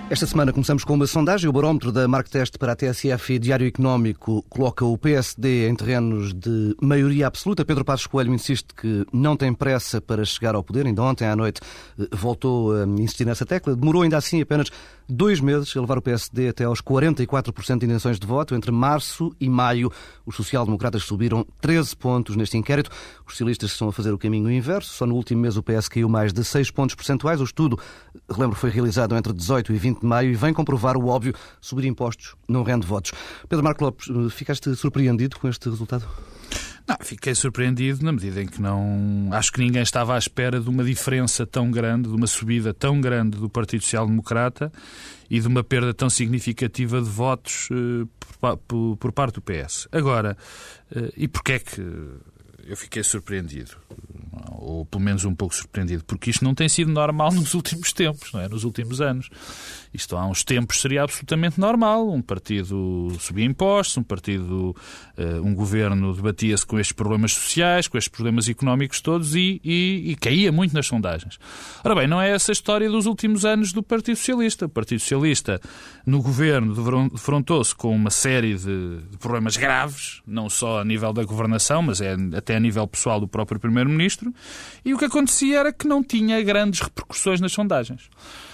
Esta semana começamos com uma sondagem. O barómetro da Marktest para a TSF e Diário Económico coloca o PSD em terrenos de maioria absoluta. Pedro Passos Coelho insiste que não tem pressa para chegar ao poder. Ainda ontem à noite voltou a insistir nessa tecla. Demorou ainda assim apenas 2 meses a levar o PSD até aos 44% de intenções de voto. Entre março e maio, os social-democratas subiram 13 pontos neste inquérito. Os socialistas estão a fazer o caminho inverso. Só no último mês o PS caiu mais de 6 pontos percentuais. O estudo, relembro, foi realizado entre 18 e 20 de maio e vem comprovar o óbvio: subir impostos não rende votos. Pedro Marco Lopes, ficaste surpreendido com este resultado? Não, fiquei surpreendido na medida em que acho que ninguém estava à espera de uma diferença tão grande, de uma subida tão grande do Partido Social Democrata e de uma perda tão significativa de votos por parte do PS. Agora, e porquê é que eu fiquei surpreendido? Ou pelo menos um pouco surpreendido, porque isto não tem sido normal nos últimos tempos, não é? Nos últimos anos. Isto há uns tempos seria absolutamente normal. Um partido subia impostos, um governo debatia-se com estes problemas sociais, com estes problemas económicos todos e caía muito nas sondagens. Ora bem, não é essa a história dos últimos anos do Partido Socialista. O Partido Socialista no governo defrontou-se com uma série de problemas graves, não só a nível da governação, mas até a nível pessoal do próprio Primeiro-Ministro, e o que acontecia era que não tinha grandes repercussões nas sondagens.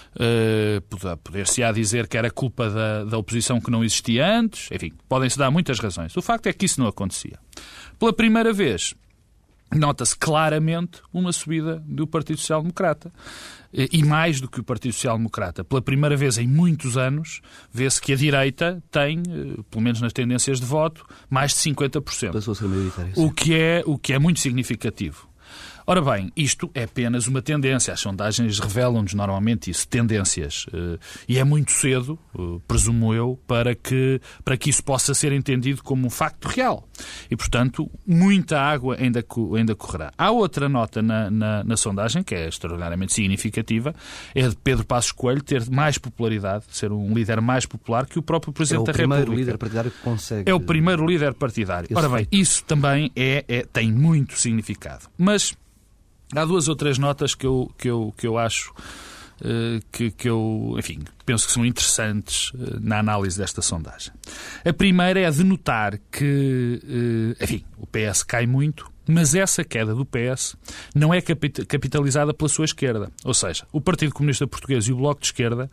Poder-se-á dizer que era culpa da oposição que não existia antes, enfim, podem-se dar muitas razões. O facto é que isso não acontecia. Pela primeira vez, nota-se claramente uma subida do Partido Social Democrata. E mais do que o Partido Social Democrata, pela primeira vez em muitos anos, vê-se que a direita tem, pelo menos nas tendências de voto, mais de 50%. Passou a ser maioritário. O que é muito significativo. Ora bem, isto é apenas uma tendência. As sondagens revelam-nos normalmente isso, tendências. E é muito cedo, presumo eu, para que isso possa ser entendido como um facto real. E, portanto, muita água ainda correrá. Há outra nota na sondagem, que é extraordinariamente significativa, é de Pedro Passos Coelho ter mais popularidade, ser um líder mais popular que o próprio Presidente da República. É o primeiro líder partidário que consegue... É o primeiro líder partidário. Ora bem, isso também tem muito significado. Mas há 2 ou 3 notas que eu acho que eu, enfim, penso que são interessantes na análise desta sondagem. A primeira é a de notar que, enfim, o PS cai muito, mas essa queda do PS não é capitalizada pela sua esquerda. Ou seja, o Partido Comunista Português e o Bloco de Esquerda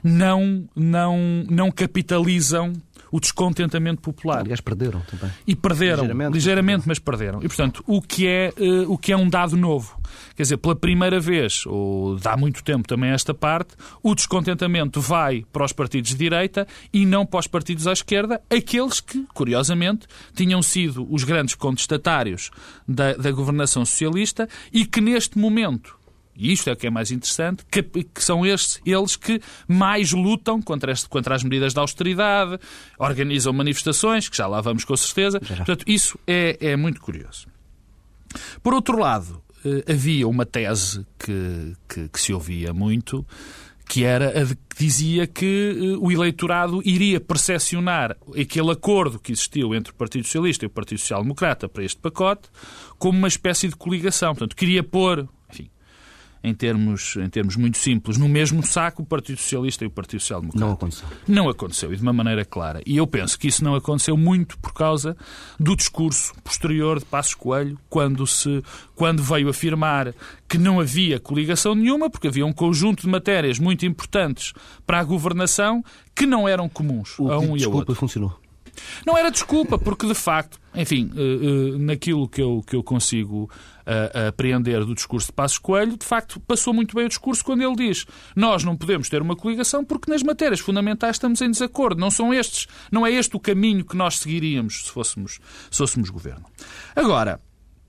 não capitalizam o descontentamento popular. Aliás, perderam também. E perderam, ligeiramente, mas perderam. E, portanto, o que é um dado novo. Quer dizer, pela primeira vez, ou há muito tempo também esta parte, o descontentamento vai para os partidos de direita e não para os partidos à esquerda, aqueles que, curiosamente, tinham sido os grandes contestatários da governação socialista e que, neste momento, e isto é o que é mais interessante, que são eles que mais lutam contra as medidas de austeridade, organizam manifestações, que já lá vamos com certeza. Portanto, isso é muito curioso. Por outro lado, havia uma tese que se ouvia muito, que era a de que dizia que o eleitorado iria percepcionar aquele acordo que existiu entre o Partido Socialista e o Partido Social Democrata para este pacote como uma espécie de coligação. Portanto, queria pôr, enfim, em termos muito simples, no mesmo saco o Partido Socialista e o Partido Social Democrata. Não aconteceu. Não aconteceu, e de uma maneira clara. E eu penso que isso não aconteceu muito por causa do discurso posterior de Passos Coelho, quando veio afirmar que não havia coligação nenhuma, porque havia um conjunto de matérias muito importantes para a governação que não eram comuns a um e ao outro. Funcionou. Não era desculpa, porque de facto, enfim, naquilo que eu consigo apreender do discurso de Passos Coelho, de facto passou muito bem o discurso quando ele diz: nós não podemos ter uma coligação porque nas matérias fundamentais estamos em desacordo. Não é este o caminho que nós seguiríamos se fôssemos governo. Agora,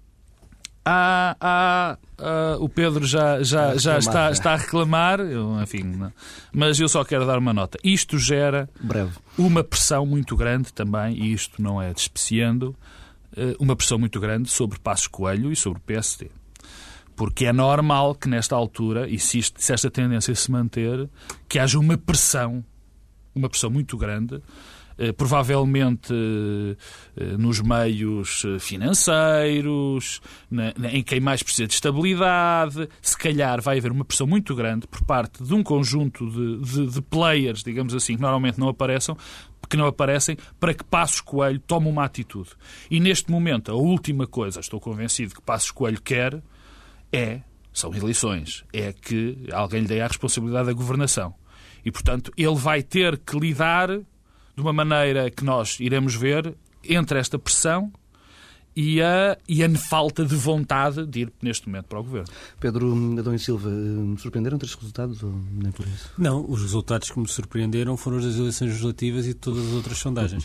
o Pedro já está a reclamar, mas eu só quero dar uma nota. Isto gera uma pressão muito grande também, e isto não é despreciando, uma pressão muito grande sobre Passos Coelho e sobre o PSD. Porque é normal que nesta altura, e se esta tendência se manter, que haja uma pressão muito grande provavelmente nos meios financeiros, em quem mais precisa de estabilidade. Se calhar vai haver uma pressão muito grande por parte de um conjunto de players, digamos assim, que normalmente não aparecem, para que Passos Coelho tome uma atitude. E neste momento, a última coisa, estou convencido que Passos Coelho quer, são eleições, é que alguém lhe dê a responsabilidade da governação. E, portanto, ele vai ter que lidar de uma maneira que nós iremos ver entre esta pressão e a falta de vontade de ir, neste momento, para o Governo. Pedro Adão e Silva, surpreenderam-te estes resultados ou nem por isso? Não, os resultados que me surpreenderam foram os das eleições legislativas e de todas as outras sondagens.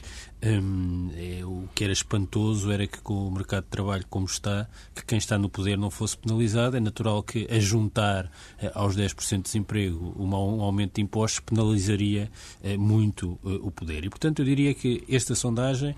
O que era espantoso era que, com o mercado de trabalho como está, que quem está no poder não fosse penalizado. É natural que, a juntar aos 10% de desemprego um aumento de impostos, penalizaria muito o poder. E, portanto, eu diria que esta sondagem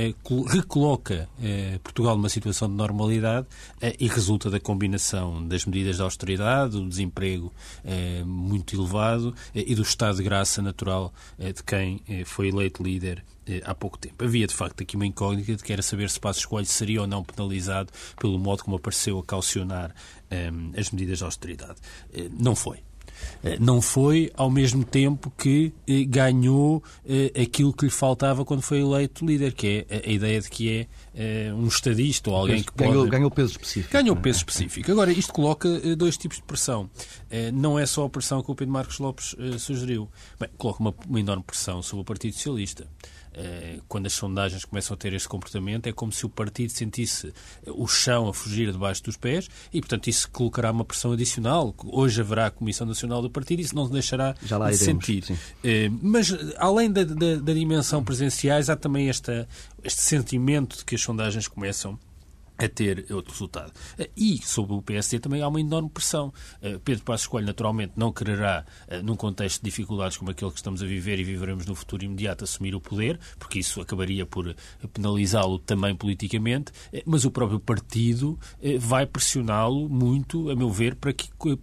recoloca Portugal numa situação de normalidade e resulta da combinação das medidas de austeridade, do desemprego muito elevado e do estado de graça natural de quem foi eleito líder há pouco tempo. Havia, de facto, aqui uma incógnita de que era saber se Passos Coelho seria ou não penalizado pelo modo como apareceu a caucionar as medidas de austeridade. Não foi. Não foi, ao mesmo tempo que ganhou aquilo que lhe faltava quando foi eleito líder, que é a ideia de que é um estadista ou alguém que pode... Ganhou peso específico. Ganhou peso específico. Agora, isto coloca dois tipos de pressão. Não é só a pressão que o Pedro Marcos Lopes sugeriu. Bem, coloca uma enorme pressão sobre o Partido Socialista. Quando as sondagens começam a ter este comportamento, é como se o partido sentisse o chão a fugir debaixo dos pés e, portanto, isso colocará uma pressão adicional. Hoje haverá a Comissão Nacional do Partido e isso não deixará de sentir. Mas, além da dimensão presenciais, há também este sentimento de que as sondagens começam a ter outro resultado. E, sobre o PSD, também há uma enorme pressão. Pedro Passos Coelho, naturalmente, não quererá, num contexto de dificuldades como aquele que estamos a viver e viveremos no futuro imediato, assumir o poder, porque isso acabaria por penalizá-lo também politicamente, mas o próprio partido vai pressioná-lo muito, a meu ver, para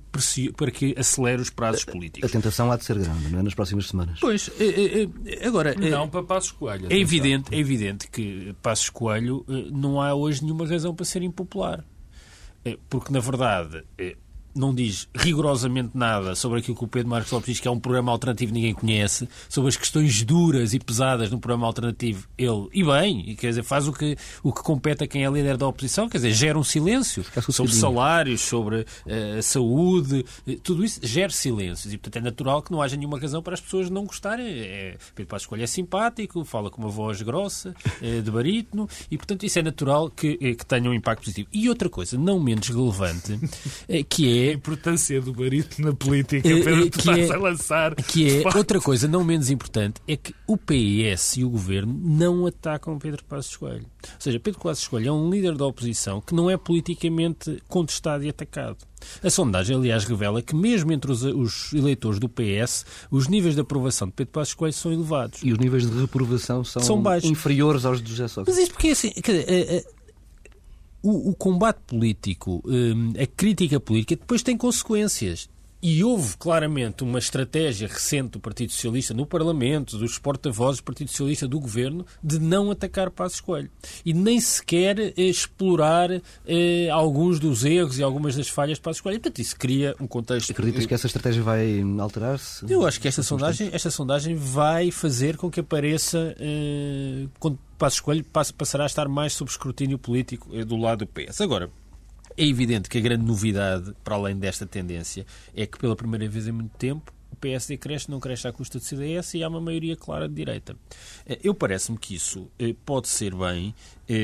que acelere os prazos políticos. A tentação há de ser grande, não é? Nas próximas semanas. Pois, agora... Não para Passos Coelho. É evidente que Passos Coelho não há hoje nenhuma razão para ser impopular. Porque, na verdade, não diz rigorosamente nada sobre aquilo que o Pedro Marcos Lopes diz que é um programa alternativo que ninguém conhece, sobre as questões duras e pesadas no programa alternativo. Ele, quer dizer, faz o que compete a quem é líder da oposição, quer dizer, gera um silêncio sobre salários, sobre saúde, tudo isso gera silêncios. E, portanto, é natural que não haja nenhuma razão para as pessoas não gostarem. Pedro Passos Coelho é simpático, fala com uma voz grossa, de barítono, e, portanto, isso é natural que tenha um impacto positivo. E outra coisa, não menos relevante, que é a importância do barítono na política, Pedro, tu estás a lançar. Outra coisa não menos importante é que o PS e o Governo não atacam Pedro Passos Coelho. Ou seja, Pedro Passos Coelho é um líder da oposição que não é politicamente contestado e atacado. A sondagem, aliás, revela que mesmo entre os eleitores do PS, os níveis de aprovação de Pedro Passos Coelho são elevados. E os níveis de reprovação são baixos, inferiores aos de José Sócrates. Mas isso porque, assim, o combate político, a crítica política, depois tem consequências. E houve claramente uma estratégia recente do Partido Socialista no Parlamento, dos porta-vozes do Partido Socialista do Governo, de não atacar Passos Coelho. E nem sequer explorar alguns dos erros e algumas das falhas de Passos Coelho. E, portanto, isso cria um contexto... Acreditas que essa estratégia vai alterar-se? Eu acho que esta sondagem vai fazer com que apareça... quando Passos Coelho passará a estar mais sob escrutínio político do lado do PS. Agora, é evidente que a grande novidade, para além desta tendência, é que pela primeira vez em muito tempo o PSD não cresce à custa do CDS e há uma maioria clara de direita. Eu parece-me que isso pode ser bem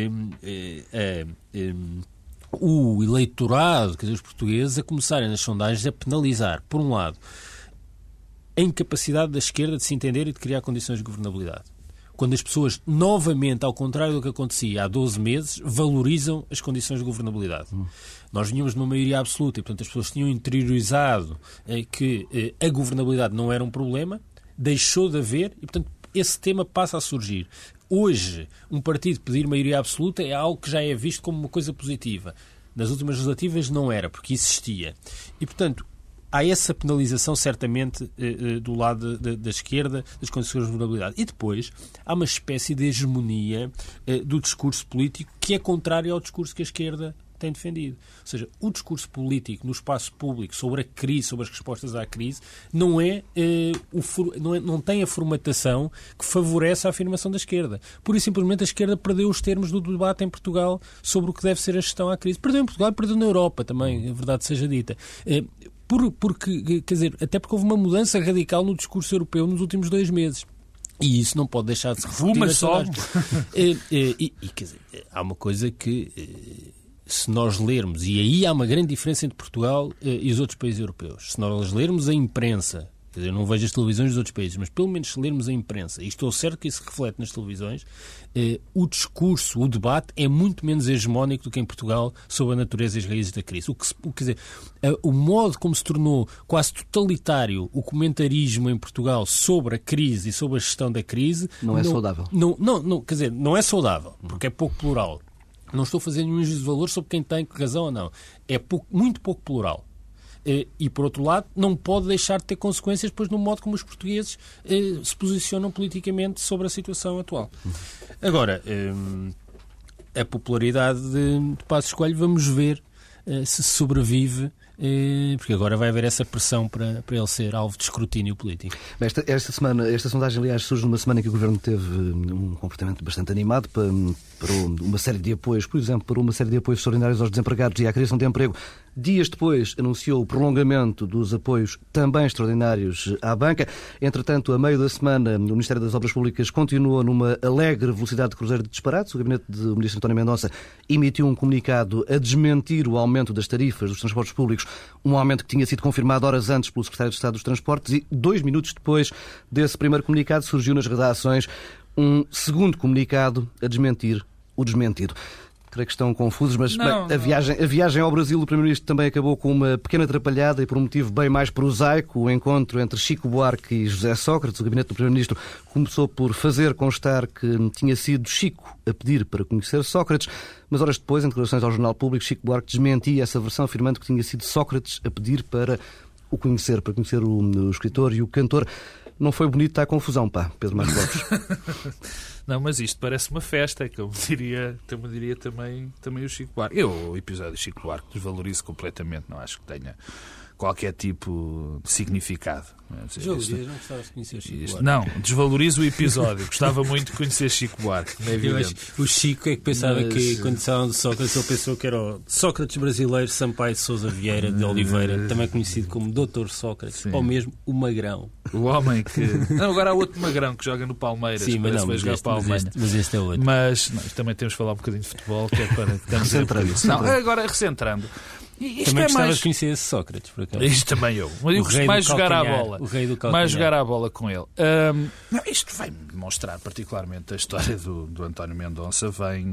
o eleitorado, quer dizer, os portugueses, a começarem nas sondagens a penalizar, por um lado, a incapacidade da esquerda de se entender e de criar condições de governabilidade. Quando as pessoas, novamente, ao contrário do que acontecia há 12 meses, valorizam as condições de governabilidade. Nós vínhamos de uma maioria absoluta e, portanto, as pessoas tinham interiorizado que a governabilidade não era um problema, deixou de haver e, portanto, esse tema passa a surgir. Hoje, um partido pedir maioria absoluta é algo que já é visto como uma coisa positiva. Nas últimas legislativas não era, porque existia. E, portanto, há essa penalização, certamente, do lado da esquerda, das condições de vulnerabilidade. E depois há uma espécie de hegemonia do discurso político que é contrário ao discurso que a esquerda tem defendido. Ou seja, o discurso político no espaço público sobre a crise, sobre as respostas à crise, não tem a formatação que favorece a afirmação da esquerda. Pura e simplesmente a esquerda perdeu os termos do debate em Portugal sobre o que deve ser a gestão à crise. Perdeu em Portugal e perdeu na Europa também, a verdade seja dita. Porque, quer dizer, até porque houve uma mudança radical no discurso europeu nos últimos 2 meses. E isso não pode deixar de se repetir. Uma só. Quer dizer, há uma coisa que, se nós lermos, e aí há uma grande diferença entre Portugal e os outros países europeus, se nós lermos a imprensa, quer dizer, eu não vejo as televisões dos outros países, mas pelo menos se lermos a imprensa, e estou certo que isso reflete nas televisões, o discurso, o debate é muito menos hegemónico do que em Portugal sobre a natureza e as raízes da crise. Quer dizer, o modo como se tornou quase totalitário o comentarismo em Portugal sobre a crise e sobre a gestão da crise... Não é saudável. Não, quer dizer, não é saudável, porque é pouco plural. Não estou fazendo nenhum juízo de valor sobre quem tem razão ou não. É muito pouco plural. E, por outro lado, não pode deixar de ter consequências depois no modo como os portugueses se posicionam politicamente sobre a situação atual. Agora, a popularidade de Passos Coelho, vamos ver se sobrevive, porque agora vai haver essa pressão para ele ser alvo de escrutínio político. Esta sondagem, aliás, surge numa semana em que o Governo teve um comportamento bastante animado para uma série de apoios, por exemplo, para uma série de apoios extraordinários aos desempregados e à criação de emprego. Dias depois anunciou o prolongamento dos apoios também extraordinários à banca. Entretanto, a meio da semana, o Ministério das Obras Públicas continua numa alegre velocidade de cruzeiro de disparates. O gabinete do Ministro António Mendonça emitiu um comunicado a desmentir o aumento das tarifas dos transportes públicos, um aumento que tinha sido confirmado horas antes pelo Secretário de Estado dos Transportes, e 2 minutos depois desse primeiro comunicado surgiu nas redações um segundo comunicado a desmentir o desmentido. Creio que estão confusos, mas a viagem ao Brasil do Primeiro-Ministro também acabou com uma pequena atrapalhada e por um motivo bem mais prosaico. O encontro entre Chico Buarque e José Sócrates. O gabinete do Primeiro-Ministro começou por fazer constar que tinha sido Chico a pedir para conhecer Sócrates, mas horas depois, em declarações ao Jornal Público, Chico Buarque desmentia essa versão, afirmando que tinha sido Sócrates a pedir para o conhecer, para conhecer o escritor e o cantor. Não foi bonita a confusão, Pedro Marcos Lopes. Não, mas isto parece uma festa, como diria também o Chico Buarque. O episódio do Chico Buarque desvalorizo completamente, não acho que tenha qualquer tipo de significado. Não gostava de conhecer Chico Buarque. Não, desvalorizo o episódio. Gostava muito de conhecer Chico Buarque. É evidente. O Chico é que pensava que, quando estavam de Sócrates, ele pensou que era o Sócrates brasileiro Sampaio de Sousa Vieira de Oliveira, também conhecido como Dr. Sócrates, ou mesmo o Magrão. O homem que... Não, agora há outro Magrão que joga no Palmeiras. Sim, mas este é outro. Mas também temos de falar um bocadinho de futebol, que é para... Agora recentrando. Também gostava de conhecer esse Sócrates, por acaso. Isto também eu. Eu gosto mais de jogar à bola. O rei do calcanhar. Mais jogar à bola com ele. Isto vai mostrar particularmente a história do António Mendonça,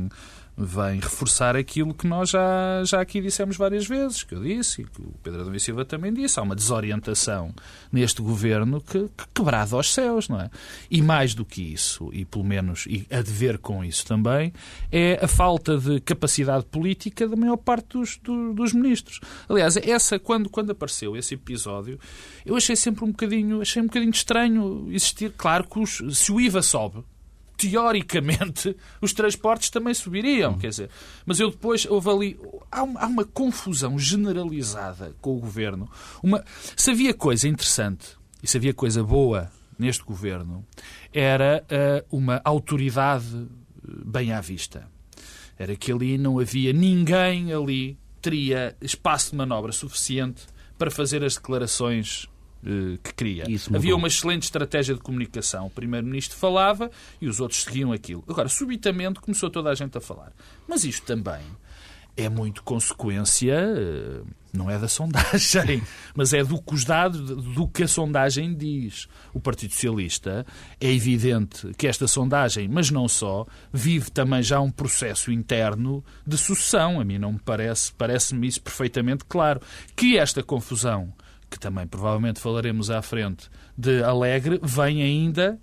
vem reforçar aquilo que nós já aqui dissemos várias vezes, que eu disse e que o Pedro Adão e Silva também disse. Há uma desorientação neste governo que quebrada aos céus, não é? E mais do que isso, e pelo menos e a dever com isso também, é a falta de capacidade política da maior parte dos ministros. Aliás, quando apareceu esse episódio, eu achei um bocadinho estranho existir. Claro que se o IVA sobe, teoricamente, os transportes também subiriam, quer dizer. Mas eu depois houve ali... Há uma confusão generalizada com o governo. Se havia coisa interessante e se havia coisa boa neste governo, era uma autoridade bem à vista. Era que ali não havia ninguém ali teria espaço de manobra suficiente para fazer as declarações que queria. Havia uma excelente estratégia de comunicação. O Primeiro-Ministro falava e os outros seguiam aquilo. Agora, subitamente, começou toda a gente a falar. Mas isto também é muito consequência, não é da sondagem, mas é do que os dados, do que a sondagem diz. O Partido Socialista, é evidente que esta sondagem, mas não só, vive também já um processo interno de sucessão. A mim não me parece-me isso perfeitamente claro. Que esta confusão, que também provavelmente falaremos à frente, de Alegre, vem ainda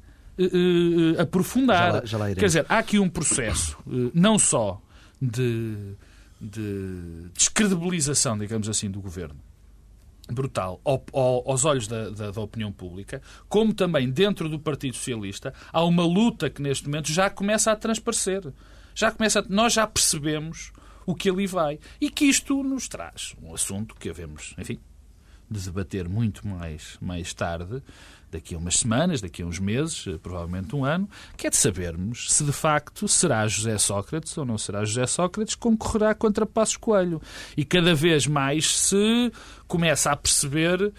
aprofundar. Já lá iremos. Quer dizer, há aqui um processo não só de descredibilização, digamos assim, do governo, brutal aos olhos da opinião pública, como também dentro do Partido Socialista há uma luta que neste momento já começa a transparecer. Nós já percebemos o que ali vai. E que isto nos traz um assunto que havemos, enfim, de debater muito mais tarde, daqui a umas semanas, daqui a uns meses, provavelmente um ano, que é de sabermos se de facto será José Sócrates ou não será José Sócrates que concorrerá contra Passos Coelho. E cada vez mais se começa a perceber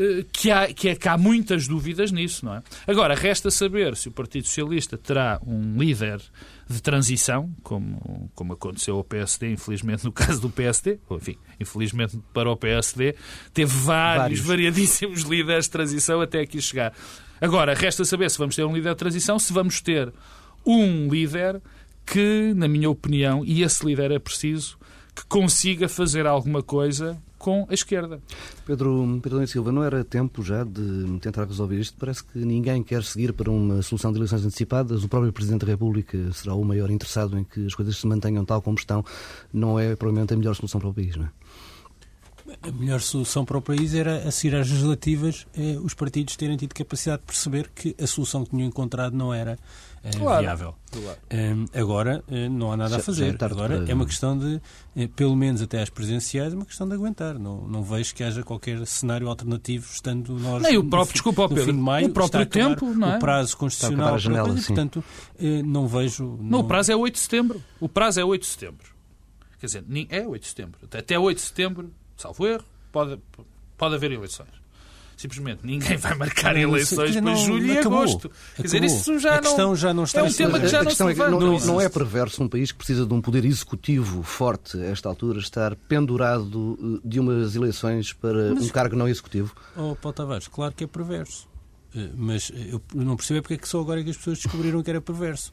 que há muitas dúvidas nisso, não é? Agora, resta saber se o Partido Socialista terá um líder de transição, como aconteceu ao PSD, infelizmente no caso do PSD, ou, enfim, infelizmente para o PSD, teve vários variadíssimos líderes de transição até aqui chegar. Agora, resta saber se vamos ter um líder de transição, se vamos ter um líder que, na minha opinião, e esse líder é preciso, que consiga fazer alguma coisa com a esquerda. Pedro Silva, não era tempo já de tentar resolver isto? Parece que ninguém quer seguir para uma solução de eleições antecipadas. O próprio Presidente da República será o maior interessado em que as coisas se mantenham tal como estão. Não é provavelmente a melhor solução para o país, não é? A melhor solução para o país era, a seguir às legislativas, os partidos terem tido capacidade de perceber que a solução que tinham encontrado não era viável. Claro. Agora não há nada a fazer. Agora é uma questão de, pelo menos até às presidenciais, uma questão de aguentar. Não vejo que haja qualquer cenário alternativo, estando nós nem o próprio, no fim de maio, o próprio tempo, não é? O prazo constitucional, a janela, e, portanto, não vejo... Não, o prazo é 8 de setembro. O prazo é 8 de setembro. Quer dizer, é 8 de setembro. Até 8 de setembro, salvo erro, pode haver eleições. Simplesmente ninguém vai marcar eleições para julho e agosto. Quer dizer, isso já a questão já não está... É um tema que já não se levanta. Não é perverso um país que precisa de um poder executivo forte a esta altura estar pendurado de umas eleições para um cargo não executivo? Paulo Tavares, claro que é perverso. Mas eu não percebo porque é que só agora é que as pessoas descobriram que era perverso.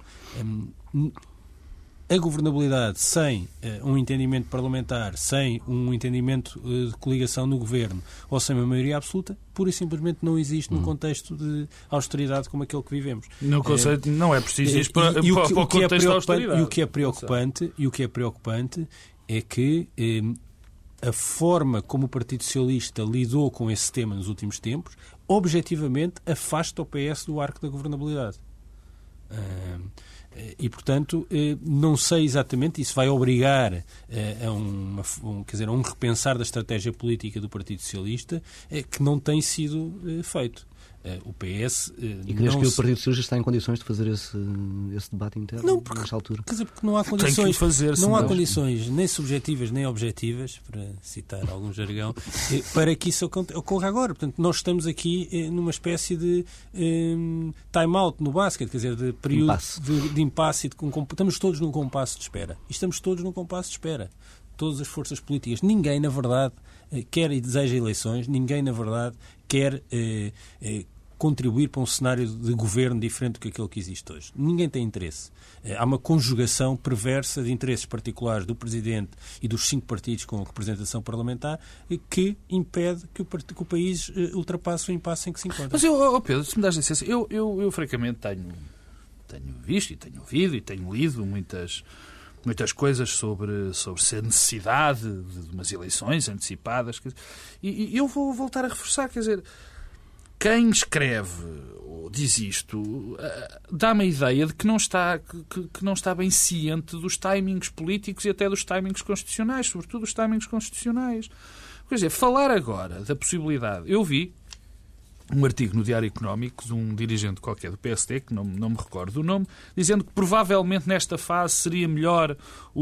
A governabilidade sem um entendimento parlamentar, sem um entendimento de coligação no governo ou sem uma maioria absoluta, pura e simplesmente não existe num contexto de austeridade como aquele que vivemos. No conceito, não é preciso isto para o contexto da austeridade. E o que é preocupante é que a forma como o Partido Socialista lidou com esse tema nos últimos tempos, objetivamente afasta o PS do arco da governabilidade. E, portanto, não sei exatamente, isso vai obrigar a um repensar da estratégia política do Partido Socialista que não tem sido feito. O PS... E crees que o Partido Socialista está em condições de fazer esse debate interno nesta altura? Quer dizer, porque não há condições, não há condições nem subjetivas nem objetivas, para citar algum jargão, para que isso ocorra agora. Portanto, nós estamos aqui numa espécie de time-out no basquete, quer dizer, de período de impasse. Estamos todos num compasso de espera. E estamos todos num compasso de espera. Todas as forças políticas. Ninguém, na verdade, quer e deseja eleições. Ninguém, na verdade, quer contribuir para um cenário de governo diferente do que aquele que existe hoje. Ninguém tem interesse. Há uma conjugação perversa de interesses particulares do Presidente e dos 5 partidos com representação parlamentar que impede que o país ultrapasse o impasse em que se encontra. Mas Pedro, se me dás licença, eu francamente tenho visto e tenho ouvido e tenho lido muitas coisas sobre a necessidade de umas eleições antecipadas. E eu vou voltar a reforçar, quer dizer, quem escreve ou diz isto dá-me a ideia de que não está bem ciente dos timings políticos e até dos timings constitucionais, sobretudo os timings constitucionais. Quer dizer, falar agora da possibilidade... Eu vi um artigo no Diário Económico de um dirigente qualquer do PSD, que não me recordo do nome, dizendo que provavelmente nesta fase seria melhor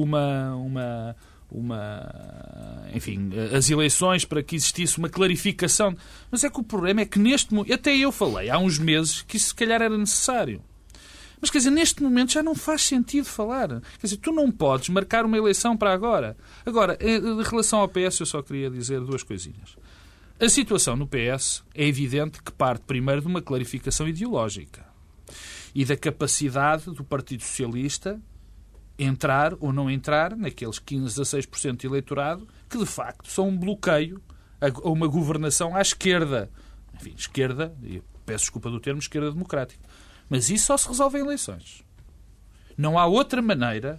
enfim, as eleições para que existisse uma clarificação. Mas é que o problema é que neste momento, até eu falei há uns meses que isso se calhar era necessário. Mas quer dizer, neste momento já não faz sentido falar. Quer dizer, tu não podes marcar uma eleição para agora. Agora, em relação ao PS, eu só queria dizer 2 coisinhas. A situação no PS é evidente que parte primeiro de uma clarificação ideológica e da capacidade do Partido Socialista entrar ou não entrar naqueles 15-16% de eleitorado que, de facto, são um bloqueio a uma governação à esquerda. Enfim, esquerda, e peço desculpa do termo, esquerda democrática. Mas isso só se resolve em eleições. Não há outra maneira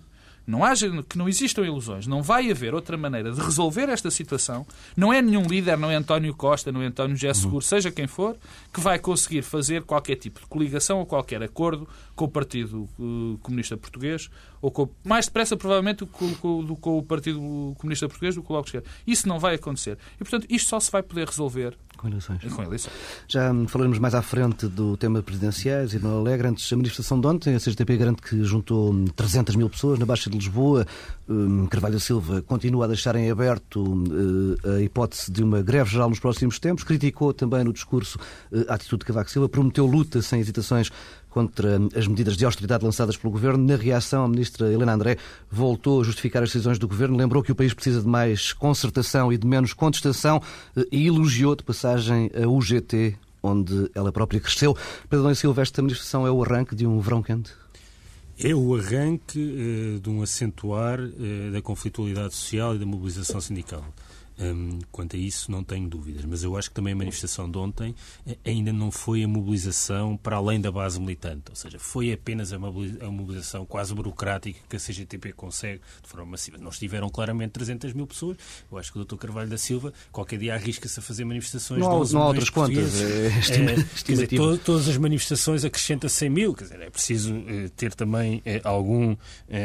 que não existam ilusões, não vai haver outra maneira de resolver esta situação. Não é nenhum líder, não é António Costa, não é António José Seguro, seja quem for, que vai conseguir fazer qualquer tipo de coligação ou qualquer acordo com o Partido Comunista Português, ou mais depressa, provavelmente, com o Partido Comunista Português do que o Bloco de Esquerda. Isso não vai acontecer. E, portanto, isto só se vai poder resolver com eleições. eleições. Já falaremos mais à frente do tema presidenciais e no Alegre. Antes, a manifestação de ontem, a CGTP garante que juntou 300 mil pessoas na Baixa de Lisboa. Carvalho Silva continua a deixar em aberto a hipótese de uma greve geral nos próximos tempos. Criticou também no discurso a atitude de Cavaco Silva, prometeu luta sem hesitações contra as medidas de austeridade lançadas pelo Governo. Na reação, a ministra Helena André voltou a justificar as decisões do Governo, lembrou que o país precisa de mais concertação e de menos contestação e elogiou de passagem a UGT, onde ela própria cresceu. Pedro Adão e Silva, esta manifestação é o arranque de um verão quente? É o arranque de um acentuar da conflitualidade social e da mobilização sindical. Quanto a isso não tenho dúvidas, mas eu acho que também a manifestação de ontem ainda não foi a mobilização para além da base militante, ou seja, foi apenas a mobilização quase burocrática que a CGTP consegue de forma massiva. Não estiveram claramente 300 mil pessoas. Eu acho que o Dr. Carvalho da Silva qualquer dia arrisca-se a fazer manifestações de 11 não há milhões outras de contas. quer dizer, todas as manifestações acrescentam 100 mil, quer dizer, é preciso ter também alguma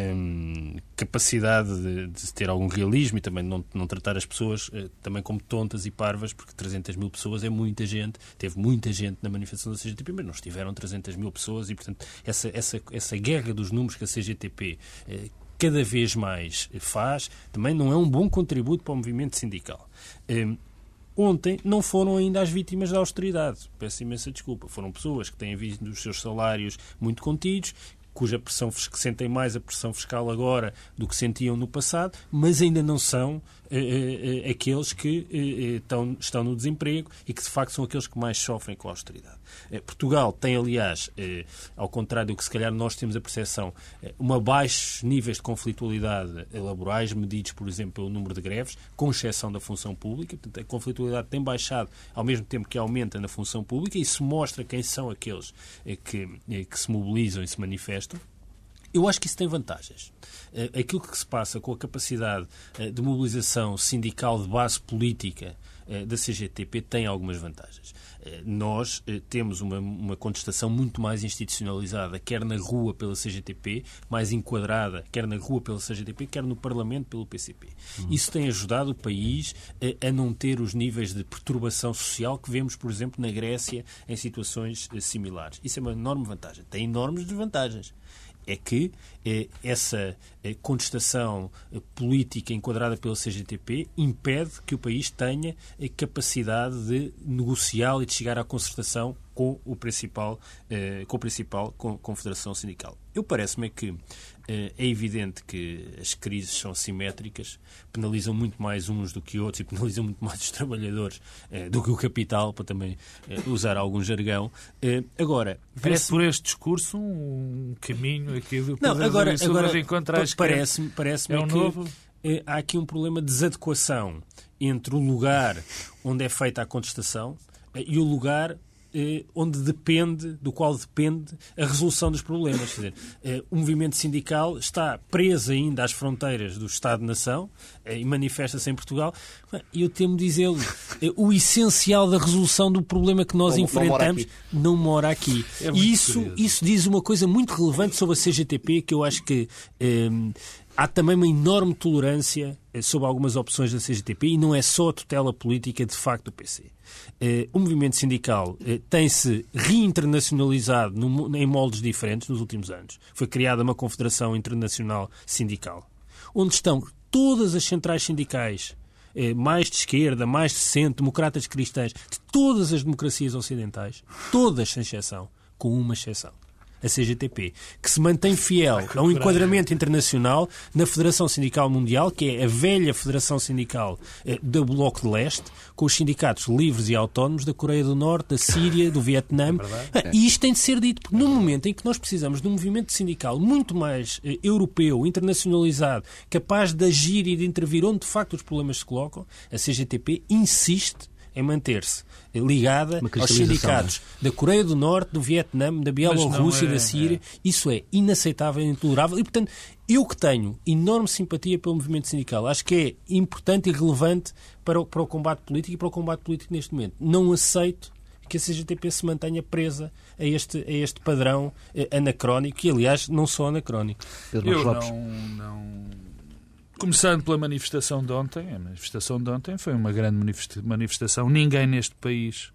capacidade de ter algum realismo e também não tratar as pessoas também como tontas e parvas, porque 300 mil pessoas é muita gente. Teve muita gente na manifestação da CGTP, mas não estiveram 300 mil pessoas e, portanto, essa guerra dos números que a CGTP cada vez mais faz, também não é um bom contributo para o movimento sindical. Ontem não foram ainda as vítimas da austeridade. Peço imensa desculpa. Foram pessoas que têm visto os seus salários muito contidos, cuja pressão, que sentem mais a pressão fiscal agora do que sentiam no passado, mas ainda não são aqueles que estão no desemprego e que, de facto, são aqueles que mais sofrem com a austeridade. Portugal tem, aliás, ao contrário do que se calhar nós temos a percepção, baixos níveis de conflitualidade laborais, medidos, por exemplo, pelo número de greves, com exceção da função pública. Portanto, a conflitualidade tem baixado ao mesmo tempo que aumenta na função pública e isso mostra quem são aqueles que se mobilizam e se manifestam. Eu acho que isso tem vantagens. Aquilo que se passa com a capacidade de mobilização sindical de base política da CGTP tem algumas vantagens. Nós temos uma contestação muito mais institucionalizada, quer na rua pela CGTP, mais enquadrada, quer na rua pela CGTP, quer no Parlamento pelo PCP. Isso tem ajudado o país a não ter os níveis de perturbação social que vemos, por exemplo, na Grécia, em situações similares. Isso é uma enorme vantagem. Tem enormes desvantagens. É que essa contestação política enquadrada pela CGTP impede que o país tenha a capacidade de negociar e de chegar à concertação com a principal confederação sindical. Parece-me que é evidente que as crises são simétricas, penalizam muito mais uns do que outros e penalizam muito mais os trabalhadores do que o capital, para também usar algum jargão. Agora, vê-se por este discurso um caminho aqui do agora de encontrar parece-me que há aqui um problema de desadequação entre o lugar onde é feita a contestação e o lugar do qual depende a resolução dos problemas. Quer dizer, o movimento sindical está preso ainda às fronteiras do Estado-nação e manifesta-se em Portugal. E eu temo dizê-lo, o essencial da resolução do problema que nós enfrentamos não mora aqui. E isso diz uma coisa muito relevante sobre a CGTP, que eu acho que há também uma enorme tolerância sobre algumas opções da CGTP e não é só a tutela política de facto do PC. O movimento sindical tem-se reinternacionalizado em moldes diferentes nos últimos anos. Foi criada uma Confederação Internacional Sindical, onde estão todas as centrais sindicais, mais de esquerda, mais de centro, democratas cristãs, de todas as democracias ocidentais, todas sem exceção, com uma exceção. A CGTP, que se mantém fiel a um enquadramento internacional na Federação Sindical Mundial, que é a velha Federação Sindical do Bloco de Leste, com os sindicatos livres e autónomos da Coreia do Norte, da Síria, do Vietnã. E isto tem de ser dito, porque no momento em que nós precisamos de um movimento sindical muito mais europeu, internacionalizado, capaz de agir e de intervir onde de facto os problemas se colocam, a CGTP insiste é manter-se ligada aos sindicatos da Coreia do Norte, do Vietnã, da Bielorrússia, da Síria. Isso é inaceitável, intolerável. E, portanto, eu que tenho enorme simpatia pelo movimento sindical, acho que é importante e relevante para o combate político e para o combate político neste momento. Não aceito que a CGTP se mantenha presa a este padrão anacrónico, e, aliás, não só anacrónico. Eu não... Começando pela manifestação de ontem, a manifestação de ontem foi uma grande manifestação. Ninguém neste país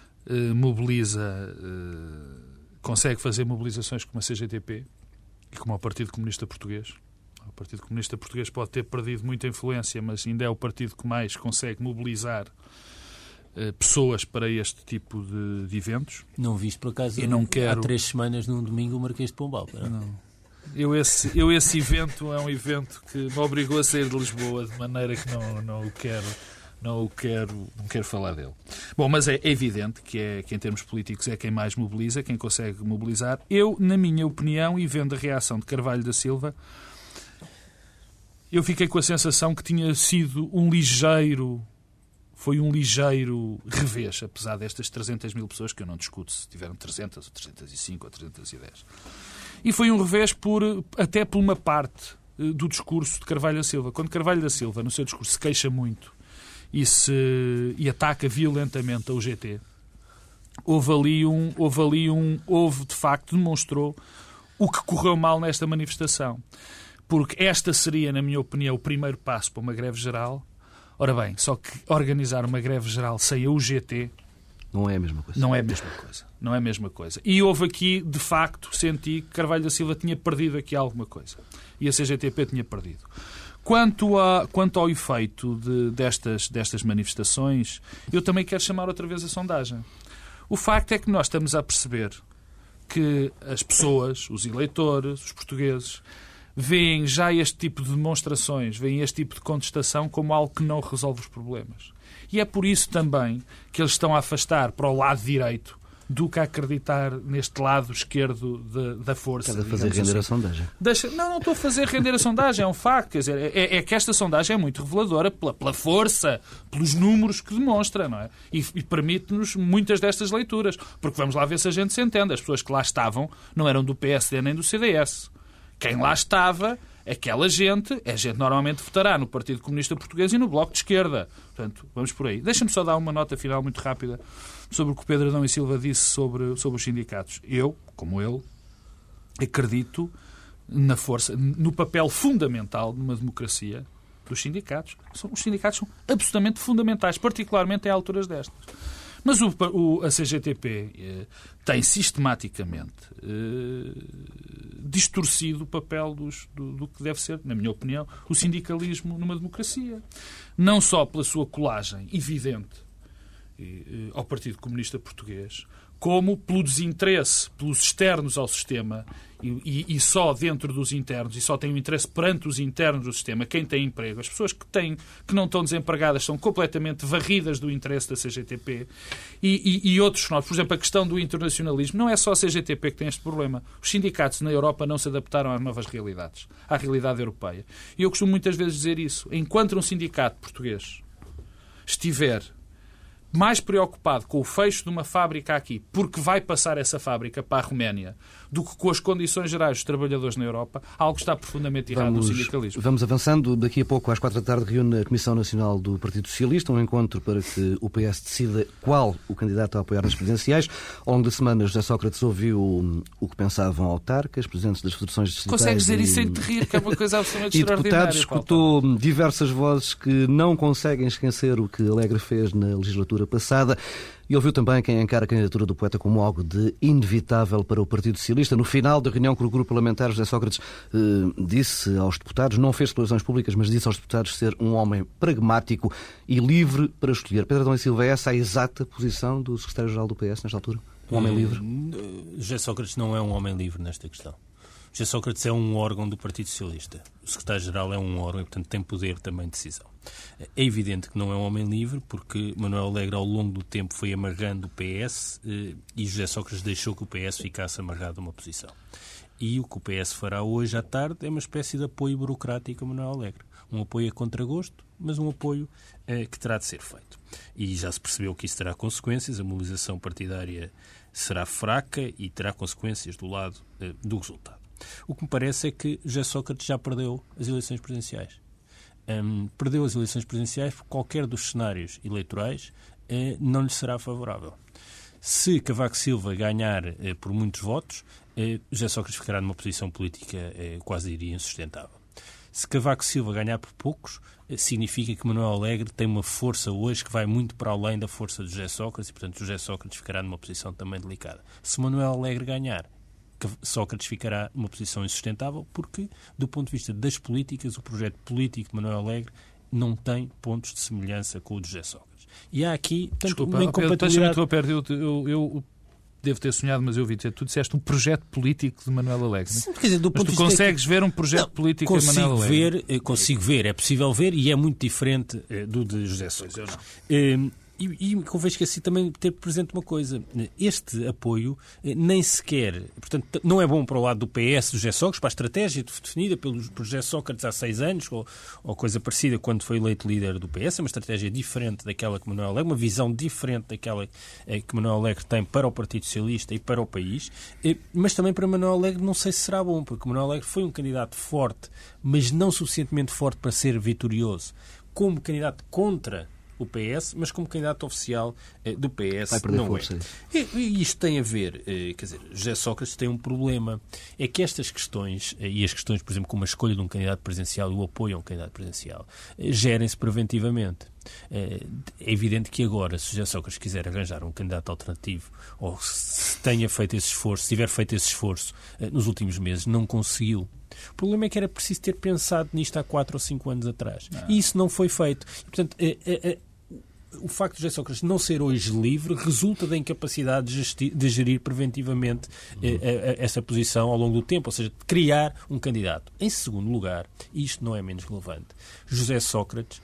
consegue fazer mobilizações como a CGTP e como o Partido Comunista Português. O Partido Comunista Português pode ter perdido muita influência, mas ainda é o partido que mais consegue mobilizar pessoas para este tipo de eventos. Não viste, por acaso, há 3 semanas, num domingo, o Marquês de Pombal? Não. Esse evento é um evento que me obrigou a sair de Lisboa, de maneira que não quero falar dele. Bom, mas é evidente que em termos políticos é quem mais mobiliza, quem consegue mobilizar. Eu, na minha opinião, e vendo a reação de Carvalho da Silva, eu fiquei com a sensação que tinha sido um ligeiro revés, apesar destas 300 mil pessoas, que eu não discuto se tiveram 300 ou 305 ou 310. E foi um revés até por uma parte do discurso de Carvalho da Silva. Quando Carvalho da Silva, no seu discurso, se queixa muito e ataca violentamente a UGT, houve de facto, demonstrou o que correu mal nesta manifestação. Porque esta seria, na minha opinião, o primeiro passo para uma greve geral. Ora bem, só que organizar uma greve geral sem a UGT... Não é a mesma coisa. Não é a mesma coisa. E houve aqui, de facto, senti que Carvalho da Silva tinha perdido aqui alguma coisa. E a CGTP tinha perdido. Quanto ao efeito destas manifestações, eu também quero chamar outra vez a sondagem. O facto é que nós estamos a perceber que as pessoas, os eleitores, os portugueses, veem já este tipo de demonstrações, veem este tipo de contestação como algo que não resolve os problemas. E é por isso também que eles estão a afastar para o lado direito do que a acreditar neste lado esquerdo da força. Estás a fazer render a sondagem. Não estou a fazer render a sondagem, é um facto. Quer dizer, é que esta sondagem é muito reveladora pela força, pelos números que demonstra, não é? E permite-nos muitas destas leituras. Porque vamos lá ver se a gente se entende. As pessoas que lá estavam não eram do PSD nem do CDS. Quem lá estava, aquela gente, normalmente votará no Partido Comunista Português e no Bloco de Esquerda. Portanto, vamos por aí. Deixa-me só dar uma nota final muito rápida sobre o que o Pedro Adão e Silva disse sobre os sindicatos. Eu, como ele, acredito na força, no papel fundamental de uma democracia dos sindicatos. Os sindicatos são absolutamente fundamentais, particularmente em alturas destas. Mas a CGTP tem sistematicamente distorcido o papel do que deve ser, na minha opinião, o sindicalismo numa democracia. Não só pela sua colagem evidente ao Partido Comunista Português, como pelo desinteresse pelos externos ao sistema e só dentro dos internos, e só tem o interesse perante os internos do sistema, quem tem emprego. As pessoas que não estão desempregadas são completamente varridas do interesse da CGTP e outros fenómenos. Por exemplo, a questão do internacionalismo. Não é só a CGTP que tem este problema. Os sindicatos na Europa não se adaptaram às novas realidades, à realidade europeia. E eu costumo muitas vezes dizer isso. Enquanto um sindicato português estiver mais preocupado com o fecho de uma fábrica aqui, porque vai passar essa fábrica para a Roménia, do que com as condições gerais dos trabalhadores na Europa, algo está profundamente errado no sindicalismo. Vamos avançando. Daqui a pouco, às 4 da tarde, reúne a Comissão Nacional do Partido Socialista, um encontro para que o PS decida qual o candidato a apoiar nas presidenciais. Ao longo da semana, José Sócrates ouviu o que pensavam autarcas, presidentes das federações distritais. Consegues dizer isso sem te rir, que é uma coisa absolutamente extraordinária. E deputados, escutou diversas vozes que não conseguem esquecer o que Alegre fez na legislatura passada, e ouviu também quem encara a candidatura do poeta como algo de inevitável para o Partido Socialista. No final da reunião com o grupo parlamentar, José Sócrates disse aos deputados, não fez declarações públicas, mas disse aos deputados ser um homem pragmático e livre para escolher. Pedro Adão e Silva, é essa a exata posição do secretário-geral do PS nesta altura? Um homem livre? José Sócrates não é um homem livre nesta questão. José Sócrates é um órgão do Partido Socialista. O secretário-geral é um órgão e, portanto, tem poder também de decisão. É evidente que não é um homem livre, porque Manuel Alegre, ao longo do tempo, foi amarrando o PS e José Sócrates deixou que o PS ficasse amarrado a uma posição. E o que o PS fará hoje à tarde é uma espécie de apoio burocrático a Manuel Alegre. Um apoio a contragosto, mas um apoio que terá de ser feito. E já se percebeu que isso terá consequências, a mobilização partidária será fraca e terá consequências do lado do resultado. O que me parece é que José Sócrates já perdeu as eleições presidenciais. Perdeu as eleições presidenciais porque qualquer dos cenários eleitorais não lhe será favorável. Se Cavaco Silva ganhar por muitos votos, José Sócrates ficará numa posição política quase diria insustentável. Se Cavaco Silva ganhar por poucos, significa que Manuel Alegre tem uma força hoje que vai muito para além da força de José Sócrates e, portanto, José Sócrates ficará numa posição também delicada. Se Manuel Alegre ganhar, Sócrates ficará numa posição insustentável porque, do ponto de vista das políticas, o projeto político de Manuel Alegre não tem pontos de semelhança com o de José Sócrates. E há aqui, tanto uma incompatibilidade... Eu devo ter sonhado, mas eu ouvi dizer, tu disseste um projeto político de Manuel Alegre. Sim, quer dizer, do ponto mas tu consegues ver um projeto político de Manuel Alegre? Consigo ver, é possível ver e é muito diferente do de José Sócrates. E convém esquecer também ter presente uma coisa. Este apoio nem sequer... Portanto, não é bom para o lado do PS, do José Sócrates, para a estratégia definida por José Sócrates há 6 anos, ou coisa parecida quando foi eleito líder do PS. É uma estratégia diferente daquela que Manuel Alegre, uma visão diferente daquela que Manuel Alegre tem para o Partido Socialista e para o país. Mas também para Manuel Alegre não sei se será bom, porque Manuel Alegre foi um candidato forte, mas não suficientemente forte para ser vitorioso, como candidato contra o PS, mas como candidato oficial do PS não é. E isto tem a ver, quer dizer, José Sócrates tem um problema, é que estas questões, e as questões, por exemplo, como a escolha de um candidato presidencial e o apoio a um candidato presidencial, gerem-se preventivamente. É evidente que agora, se José Sócrates quiser arranjar um candidato alternativo, ou se tenha feito esse esforço, se tiver feito esse esforço nos últimos meses, não conseguiu. O problema é que era preciso ter pensado nisto há 4 ou 5 anos atrás. E isso não foi feito. E, portanto, o facto de José Sócrates não ser hoje livre resulta da incapacidade de gerir preventivamente essa posição ao longo do tempo, ou seja, de criar um candidato. Em segundo lugar, e isto não é menos relevante, José Sócrates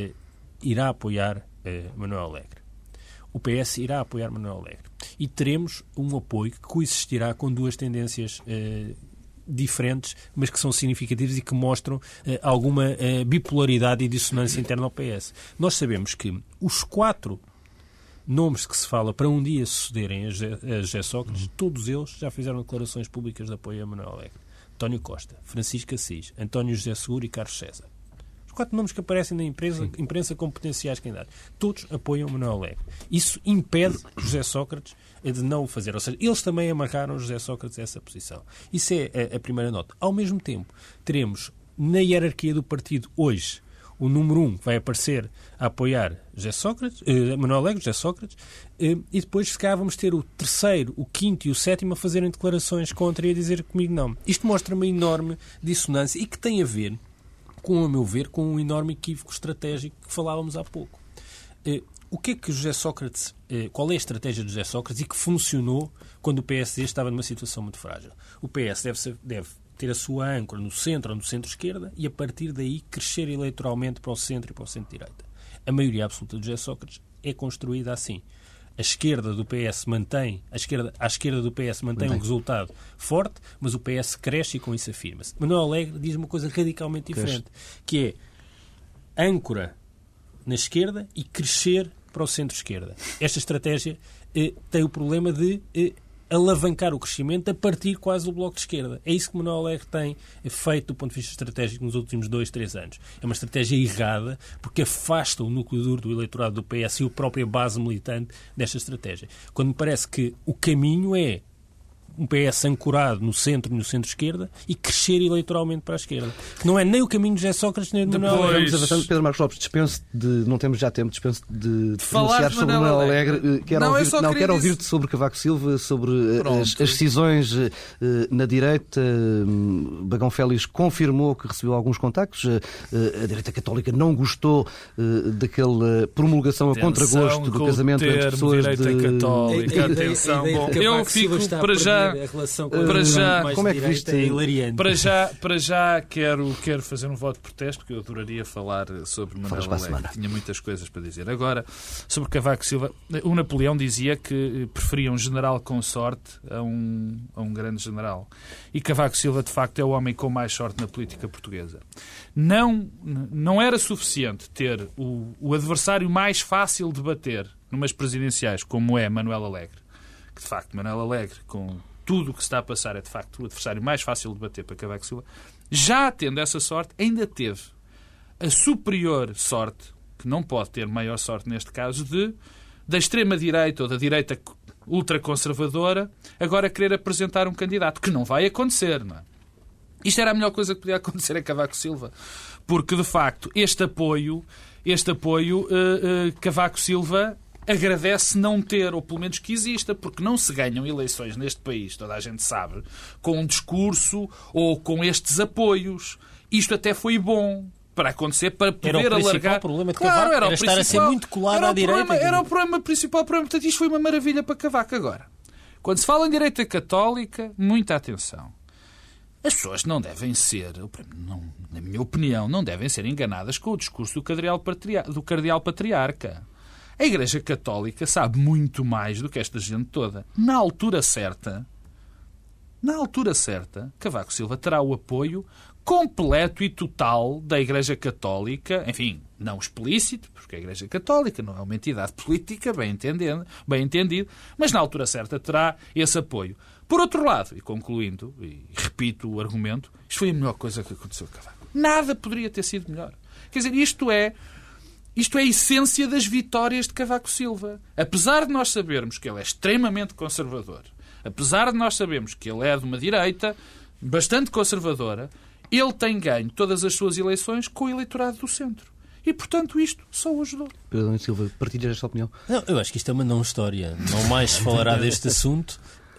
irá apoiar Manuel Alegre. O PS irá apoiar Manuel Alegre. E teremos um apoio que coexistirá com 2 tendências diferentes, mas que são significativas e que mostram alguma bipolaridade e dissonância interna ao PS. Nós sabemos que os 4 nomes que se fala para um dia sucederem a José Sócrates, todos eles já fizeram declarações públicas de apoio a Manuel Alegre. António Costa, Francisco Assis, António José Seguro e Carlos César. Os 4 nomes que aparecem na imprensa como potenciais candidatos. Todos apoiam Manuel Alegre. Isso impede José Sócrates de não o fazer. Ou seja, eles também amarraram José Sócrates a essa posição. Isso é a primeira nota. Ao mesmo tempo, teremos na hierarquia do partido hoje o número 1 vai aparecer a apoiar José Sócrates, Manuel Alegre, José Sócrates, e depois se calhar vamos ter o 3º, o 5º e o 7º a fazerem declarações contra e a dizer comigo não. Isto mostra uma enorme dissonância e que tem a ver, a meu ver, com um enorme equívoco estratégico que falávamos há pouco. O que é que José Sócrates, qual é a estratégia de José Sócrates e que funcionou quando o PSD estava numa situação muito frágil? O PS deve ter a sua âncora no centro ou no centro-esquerda e a partir daí crescer eleitoralmente para o centro e para o centro-direita. A maioria absoluta de José Sócrates é construída assim. A esquerda do PS mantém, à esquerda do PS mantém um resultado forte, mas o PS cresce e com isso afirma-se. Manuel Alegre diz uma coisa radicalmente diferente, que é âncora na esquerda e crescer para o centro-esquerda. Esta estratégia tem o problema de alavancar o crescimento a partir quase do bloco de esquerda. É isso que Manuel Alegre tem feito do ponto de vista estratégico nos últimos 2, 3 anos. É uma estratégia errada porque afasta o núcleo duro do eleitorado do PS e a própria base militante desta estratégia. Quando me parece que o caminho é um PS ancorado no centro e no centro-esquerda e crescer eleitoralmente para a esquerda. Que não é nem o caminho de José Sócrates nem de Manuel Alegre. Pedro Marcos Lopes, não temos já tempo, dispenso de pronunciar sobre Manuel Alegre. Quero ouvir-te sobre Cavaco Silva, sobre as decisões na direita. Bagão Félix confirmou que recebeu alguns contactos. A direita católica não gostou daquela promulgação a contragosto do casamento entre pessoas de... Católica, atenção. Eu fico para já já, a relação com a como é que viste? É hilariante. Para já quero fazer um voto de protesto, porque eu adoraria falar sobre Manuel Alegre. Tinha muitas coisas para dizer. Agora, sobre Cavaco Silva, o Napoleão dizia que preferia um general com sorte a um grande general. E Cavaco Silva, de facto, é o homem com mais sorte na política portuguesa. Não era suficiente ter o adversário mais fácil de bater numas presidenciais, como é Manuel Alegre. Que, de facto, Manuel Alegre, com tudo o que se está a passar, é, de facto, o adversário mais fácil de bater para Cavaco Silva. Já tendo essa sorte, ainda teve a superior sorte, que não pode ter maior sorte neste caso, da extrema-direita ou da direita ultraconservadora agora querer apresentar um candidato, que não vai acontecer, não é? Isto era a melhor coisa que podia acontecer a Cavaco Silva. Porque, de facto, este apoio Cavaco Silva agradece não ter, ou pelo menos que exista, porque não se ganham eleições neste país, toda a gente sabe, com um discurso ou com estes apoios. Isto até foi bom para acontecer, para poder alargar... O problema de Cavaco era estar a ser muito colado à direita. Era o problema principal. Portanto, isto foi uma maravilha para Cavaco. Agora, quando se fala em direita católica, muita atenção. As pessoas não devem ser, na minha opinião, não devem ser enganadas com o discurso do cardeal patriarca. A Igreja Católica sabe muito mais do que esta gente toda. Na altura certa, Cavaco Silva terá o apoio completo e total da Igreja Católica, enfim, não explícito, porque a Igreja Católica não é uma entidade política, bem entendido, mas na altura certa terá esse apoio. Por outro lado, e concluindo, e repito o argumento, isto foi a melhor coisa que aconteceu a Cavaco. Nada poderia ter sido melhor. Quer dizer, isto é a essência das vitórias de Cavaco Silva. Apesar de nós sabermos que ele é extremamente conservador, apesar de nós sabermos que ele é de uma direita bastante conservadora, ele tem ganho todas as suas eleições com o eleitorado do centro. E, portanto, isto só o ajudou. Pedro Silva, partilhas esta opinião? Não, eu acho que isto é uma não história. Não mais se falará deste assunto.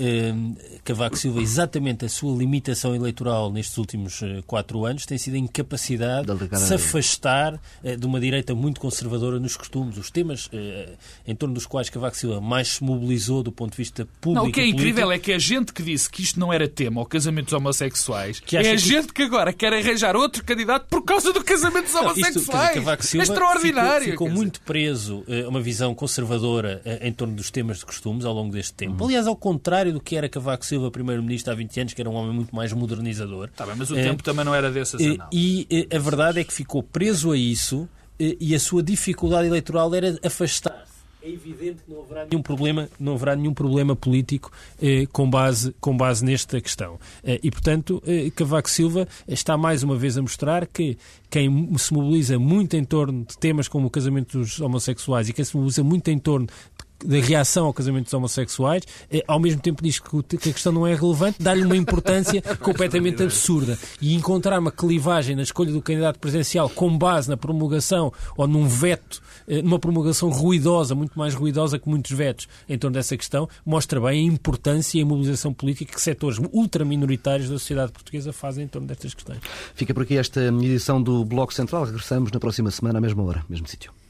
Cavaco Silva, exatamente a sua limitação eleitoral nestes últimos 4 anos tem sido a incapacidade de se afastar de uma direita muito conservadora nos costumes. Os temas em torno dos quais Cavaco Silva mais se mobilizou do ponto de vista público. Não, o que é incrível é que a gente que disse que isto não era tema, ou casamentos homossexuais, é a gente que agora quer arranjar outro candidato por causa do casamento dos homossexuais. Cavaco Silva é extraordinário. Ficou muito preso a uma visão conservadora em torno dos temas de costumes ao longo deste tempo. Aliás, ao contrário do que era Cavaco Silva, primeiro-ministro há 20 anos, que era um homem muito mais modernizador. Tá bem, mas o tempo também não era desse asanal. E a verdade é que ficou preso a isso e a sua dificuldade eleitoral era afastar-se. É evidente que não haverá nenhum problema político com base nesta questão. E, portanto, Cavaco Silva está mais uma vez a mostrar que quem se mobiliza muito em torno de temas como o casamento dos homossexuais e quem se mobiliza muito em torno da reação ao casamento dos homossexuais, ao mesmo tempo diz que a questão não é relevante, dá-lhe uma importância completamente absurda. E encontrar uma clivagem na escolha do candidato presidencial com base na promulgação ou num veto, numa promulgação ruidosa, muito mais ruidosa que muitos vetos em torno dessa questão, mostra bem a importância e a mobilização política que setores ultraminoritários da sociedade portuguesa fazem em torno destas questões. Fica por aqui esta edição do Bloco Central. Regressamos na próxima semana, à mesma hora, mesmo sítio.